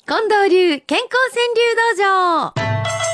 近藤流健康川柳道場。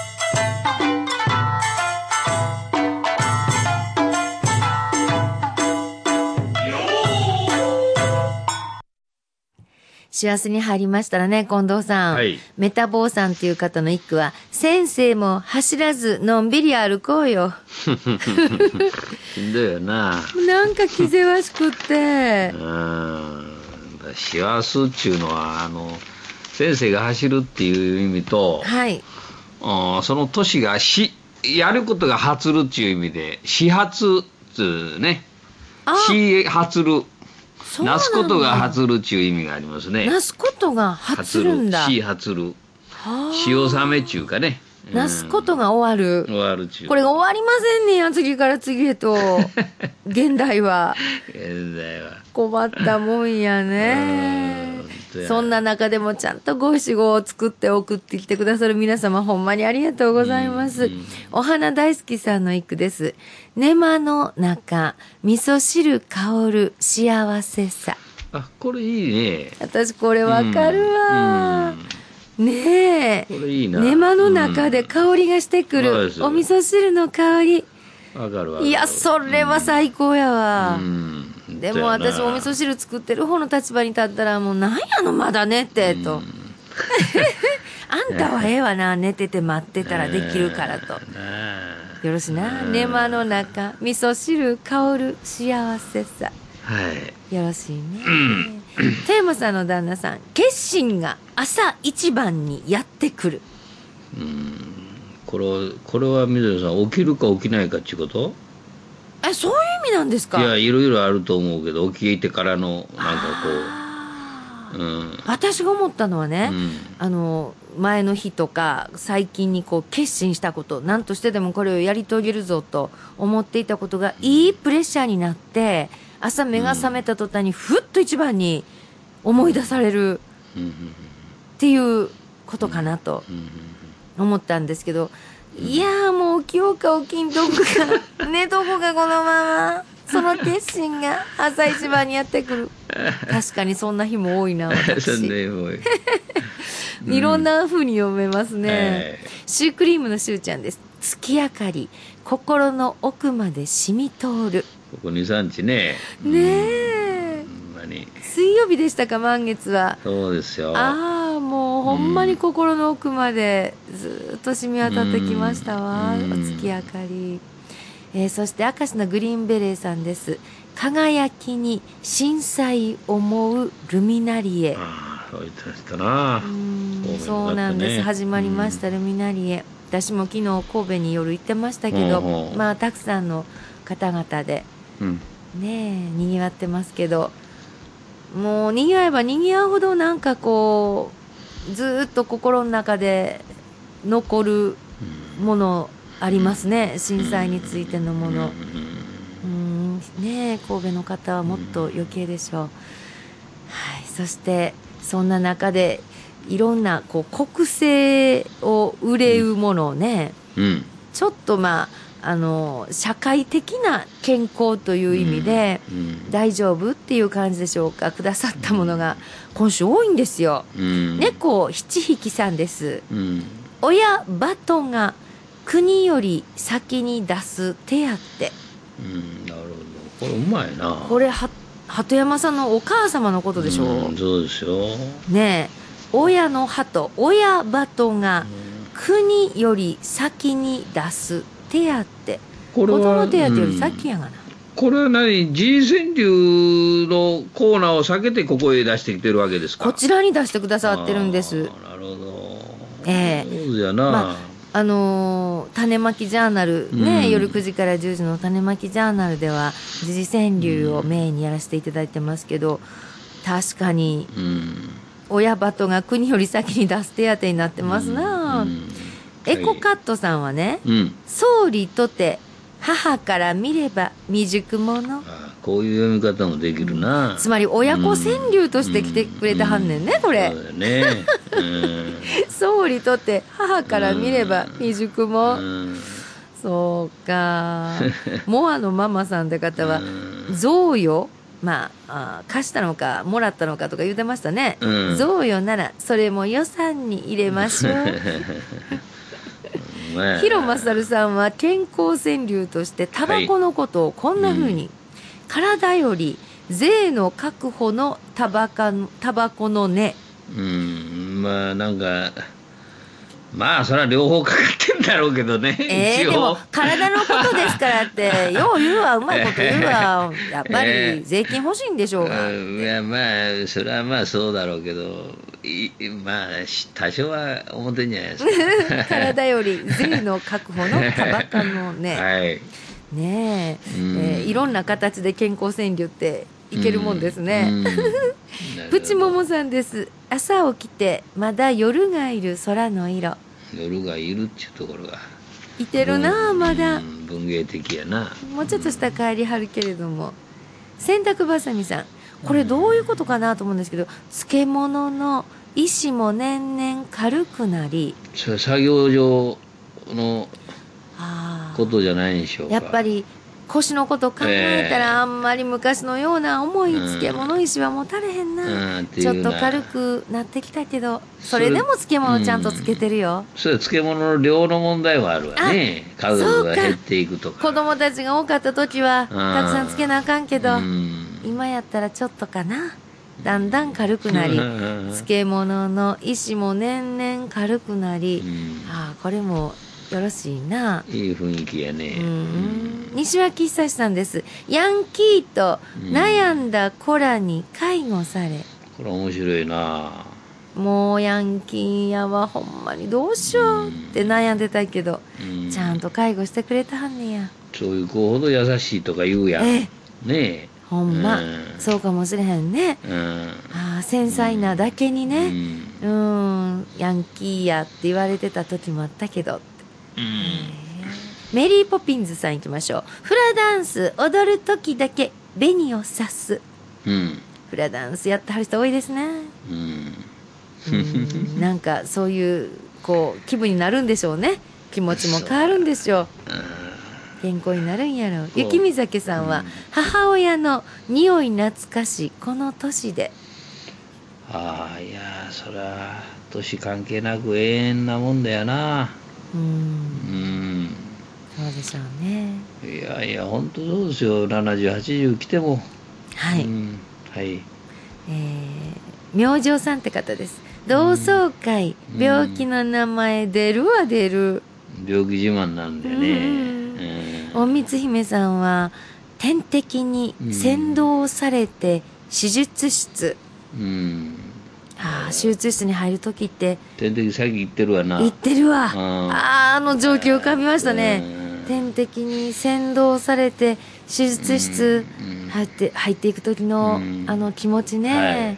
師走に入りましたらね、近藤さん、 はい、 メタボーさんという方の一句は、先生も走らずのんびり歩こうよ。 しんどいよな。 なんか気ぜわしくって師走っていうのは先生が走るっていう意味と、 はい、 その年がやることが発るっていう意味で始発っていうね、始発る、なすことが発るっていう意味がありますね。 なすことが発るんだ。 始発る、塩冷めっていうかね、 なすことが終わる。 終わるちゅう。 これが終わりませんねや、次から次へと。現代は困ったもんやね。そんな中でもちゃんと五七五を作って送ってきてくださる皆様、ほんまにありがとうございます。お花大好きさんの一句です。寝間の中、味噌汁香る幸せさ。 これいいね。 私これわかるわ。ねえ、 これいいな。 寝間の中で香りがしてくる、お味噌汁の香り。 わかるわ。 いや、それは最高やわ。でも私お味噌汁作ってる方の立場に立ったら、もうなんやのまだ寝てと。あんたはええわな、寝てて待ってたらできるからと。よろしいな。寝間の中、味噌汁香る幸せさ。 はい、 よろしいね。テーマさんの旦那さん、決心が朝一番にやってくる。 これは水野さん、起きるか起きないかっていうこと？ そういう意味なんですか？ いや、いろいろあると思うけど、起きてからのなんかこう、 私が思ったのはね、前の日とか最近にこう決心したこと、何としてでもこれをやり遂げるぞと思っていたことがいいプレッシャーになって、朝目が覚めた途端にふっと一番に思い出されるっていうことかなと思ったんですけど、いやー、もう起きようか起きんとこか寝とこかこのまま、その決心が朝一番にやってくる。確かにそんな日も多いな、私。いろんな風に読めますね。シュークリームのしゅうちゃんです。月明かり、心の奥まで染み通る。 ここ 2,3 日ね。 ねえ、水曜日でしたか、満月は。 そうですよ。 もうほんまに心の奥までずっと染み渡ってきましたわ、お月明かり。そして明石のグリーンベレーさんです。輝きに震災思うルミナリエ。 そう言ってましたな。 そうなんです、始まりました、ルミナリエ。私も昨日神戸に夜行ってましたけど、たくさんの方々で、にぎわってますけど、もうにぎわえばにぎわうほどなんかこうずっと心の中で残るものありますね、震災についてのもの。神戸の方はもっと余計でしょう。そしてそんな中でいろんなこう国政を憂うものをね、ちょっと社会的な健康という意味で、大丈夫っていう感じでしょうか、くださったものが今週多いんですよ。猫七匹さんです。親バトが国より先に出す手当。 なるほど、これうまいな。 これ鳩山さんのお母様のことでしょう。 そうですよね。親の鳩、親バトが国より先に出す手当。子供手当より先やがな。 これは何、G 川柳のコーナーを避けてここへ出してきてるわけですか？ こちらに出してくださってるんです。 なるほど。そうじゃな。 種まきジャーナルね、夜9時から10時の種まきジャーナルでは時事川柳をメインにやらせていただいてますけど、確かに、親バトが国より先に出す手当になってますな。エコカットさんはね、総理とて母から見れば未熟者。 こういう読み方もできるな。 つまり親子川柳として来てくれてはんねんね、これ。 そうだよね。 総理とて母から見れば未熟者。そうか。モアのママさんって方は、贈与貸したのかもらったのかとか言ってましたね、 うん贈与ならそれも予算に入れましょう広勝さんは健康川柳としてタバコのことをこんな風に、体より税の確保のタバコの値、 なんかそれは両方かかってんだろうけどね、一応でも体のことですからってよう言うわ、うまいこと言うわ、やっぱり税金欲しいんでしょうが、 いやそれはそうだろうけど、多少は思ってんじゃないですか体より税の確保のタバコの値、 はいねえ、いろんな形で健康川柳っていけるもんですね。プチモモさんです。朝起きてまだ夜がいる空の色。 夜がいるっていうところがいてるな、まだ文芸的やな。 もうちょっとした帰りはるけれども、洗濯ばさみさん、これどういうことかなと思うんですけど、漬物の石も年々軽くなり、 それ作業上のことじゃないんでしょうか。 やっぱり腰のこと考えたら、あんまり昔のような重い漬物石は持たれへんな、ちょっと軽くなってきたけど、それでも漬物ちゃんと漬けてるよ。 それ漬物の量の問題はあるわね。数が減っていくとか。 子供たちが多かった時はたくさん漬けなあかんけど、今やったらちょっとかな。だんだん軽くなり、漬物の石も年々軽くなり、これもよろしいな。 いい雰囲気やね。 西脇久さんです。ヤンキーと悩んだ子らに介護され、 これ面白いな。 もうヤンキーやわ、ほんまにどうしようって悩んでたけど、ちゃんと介護してくれたはんねや。 そういう子ほど優しいとか言うやん、ねえ、 ほんま、そうかもしれへんね。繊細なだけにね、ヤンキーやって言われてた時もあったけど、メリーポピンズさん行きましょう。フラダンス踊る時だけ紅を刺す、フラダンスやってはる人多いですね。なんかそういう気分になるんでしょうね。気持ちも変わるんでしょう。健康になるんやろう。雪見酒さんは、母親の匂い懐かしこの年で。 いやそりゃ年関係なく永遠なもんだよな。 そうでしょうね。 いや本当そうですよ。70、80来ても。 はい。明星さんって方です。同窓会、病気の名前出るわ出る。 病気自慢なんだよね。 隠密姫さんは点滴に先導されて手術室。手術室に入るときって点滴先行ってるわな。 行ってるわ。あの状況浮かびましたね。点滴に先導されて手術室入っていく時の気持ちね。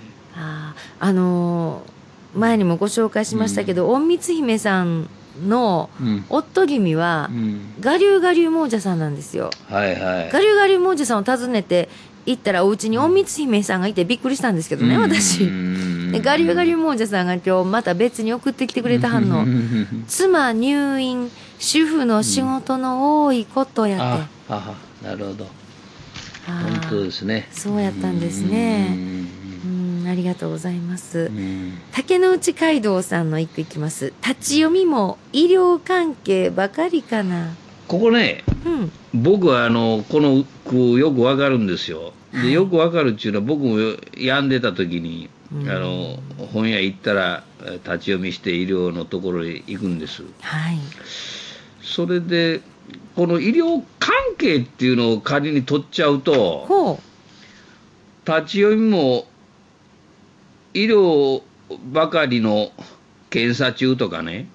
前にもご紹介しましたけど、隠密姫さんの夫君は我流我流亡者さんなんですよ。我流我流亡者さんを訪ねて行ったら、お家に隠密姫さんがいてびっくりしたんですけどね、私。我流我流亡者さんが今日また別に送ってきてくれたはんの。妻入院、主婦の仕事の多いことやって。 なるほど。本当ですね。 そうやったんですね。ありがとうございます。竹之内街道さんの一句いきます。立ち読みも医療関係ばかりかな。 ここね、僕はこの句よくわかるんですよ。でよくわかるっていうのは、僕も病んでた時に本屋行ったら立ち読みして医療のところへ行くんです。それでこの医療関係っていうのを仮に取っちゃうと、立ち読みも医療ばかりの検査中とかね。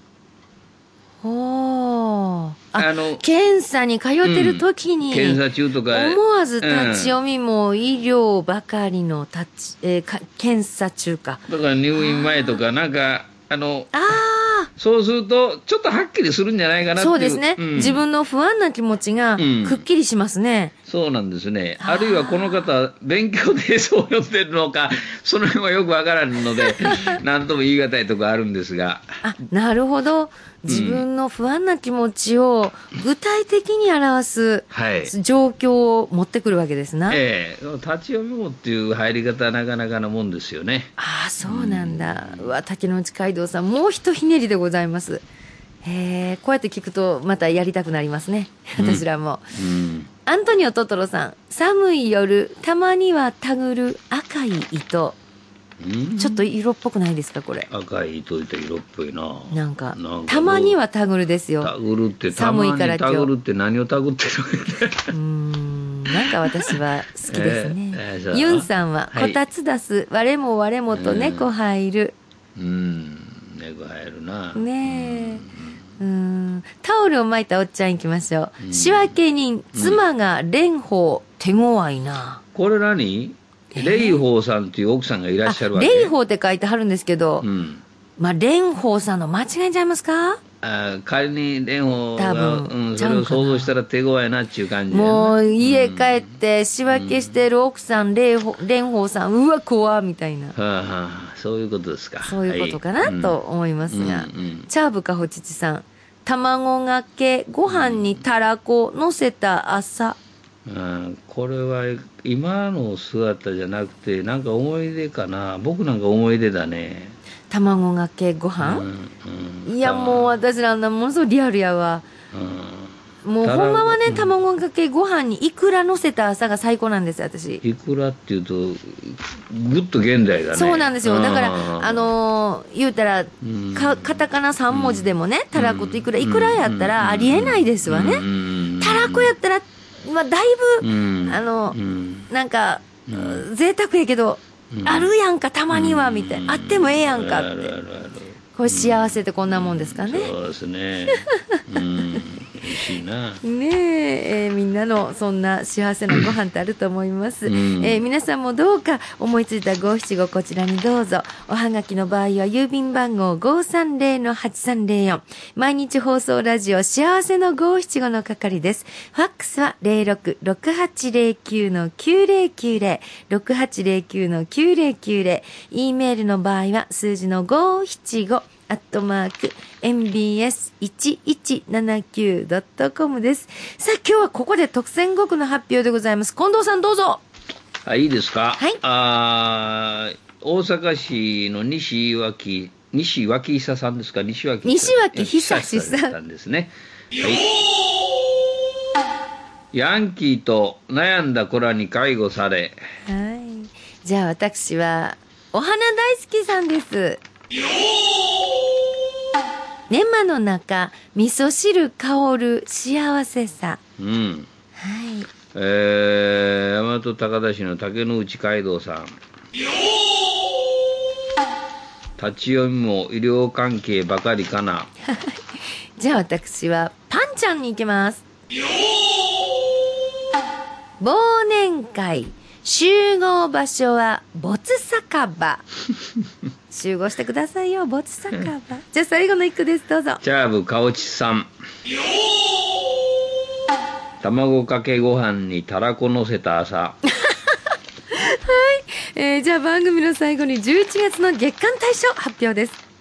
検査に通ってる時に、 検査中とか思わず立ち読みも医療ばかりの検査中か。 だから入院前とかなんかそうするとちょっとはっきりするんじゃないかなっていう。 そうですね、自分の不安な気持ちがくっきりしますね。 そうなんですね。あるいはこの方勉強でそう読んでるのか、その辺はよくわからんので何とも言い難いところあるんですが。 なるほど。自分の不安な気持ちを具体的に表す状況を持ってくるわけですな。 立ち読みもっていう入り方はなかなかなもんですよね。 そうなんだ。竹之内街道さん、もうひとひねりでございます。こうやって聞くとまたやりたくなりますね、私らも。アントニオトトロさん、寒い夜たまにはたぐる赤い糸。ちょっと色っぽくないですかこれ。 赤い糸って色っぽいな。 なんかたまにはたぐるですよ。 たぐるって寒いから今日たぐるって何をたぐってるなんか私は好きですね。ユンさんは、こたつ出す我も我もと猫入る。 猫入るな。 ねえ。タオルを巻いたおっちゃん行きましょう。仕分け人、妻が蓮舫、手強いな。 これ何？蓮舫さんっていう奥さんがいらっしゃるわけ。 蓮舫って書いてはるんですけど、蓮舫さんの間違いちゃいますか？ 仮に蓮舫が、それを想像したら手強いなっていう感じ。 もう家帰って仕分けしてる奥さん、蓮舫さん、うわ怖みたいな。 そういうことですか。 そういうことかなと思いますが、チャーブかほちちさん、卵がけご飯にたらこのせた朝。 これは今の姿じゃなくてなんか思い出かな。僕なんか思い出だね。 卵がけご飯、いやもう私らものすごいリアルやわ。もうほんまはね、卵かけご飯にいくら乗せた朝が最高なんですよ私。 いくらっていうとぐっと現代だね。 そうなんですよ。だから言うたらカタカナ3文字でもね、たらこといくらやったらありえないですわね。たらこやったらだいぶなんか贅沢やけど、あるやんかたまにはみたいな、あってもええやんかって。これ幸せってこんなもんですかね。 そうですね。嬉しいな。 ねえ、みんなのそんな幸せなご飯ってあると思います。皆さんもどうか思いついた五七五こちらにどうぞ。おはがきの場合は郵便番号 530-8304。毎日放送ラジオ幸せの五七五の係です。ファックスは 066809-9090。6809-9090。E メールの場合は数字の575。mbs1179.com です。さあ今日はここで特選5句の発表でございます。近藤さんどうぞ。 いいですか。 はい。 大阪市の西脇久さんですか。西脇久さんですね。はい。ヤンキーと悩んだ子らに介護され。 はい。じゃあ私はお花大好きさんです。寝間の中味噌汁香る幸せさ。はい。 大和高田市の竹之内街道さん。立ち読みも医療関係ばかりかな。 じゃあ私はパンちゃんに行きます。忘年会集合場所は没酒場。集合してくださいよ、没酒場。じゃあ最後の一句です、どうぞ。 チャーブかおちさん。卵かけご飯にたらこのせた朝。 はい、じゃあ番組の最後に11月の月間大賞発表です。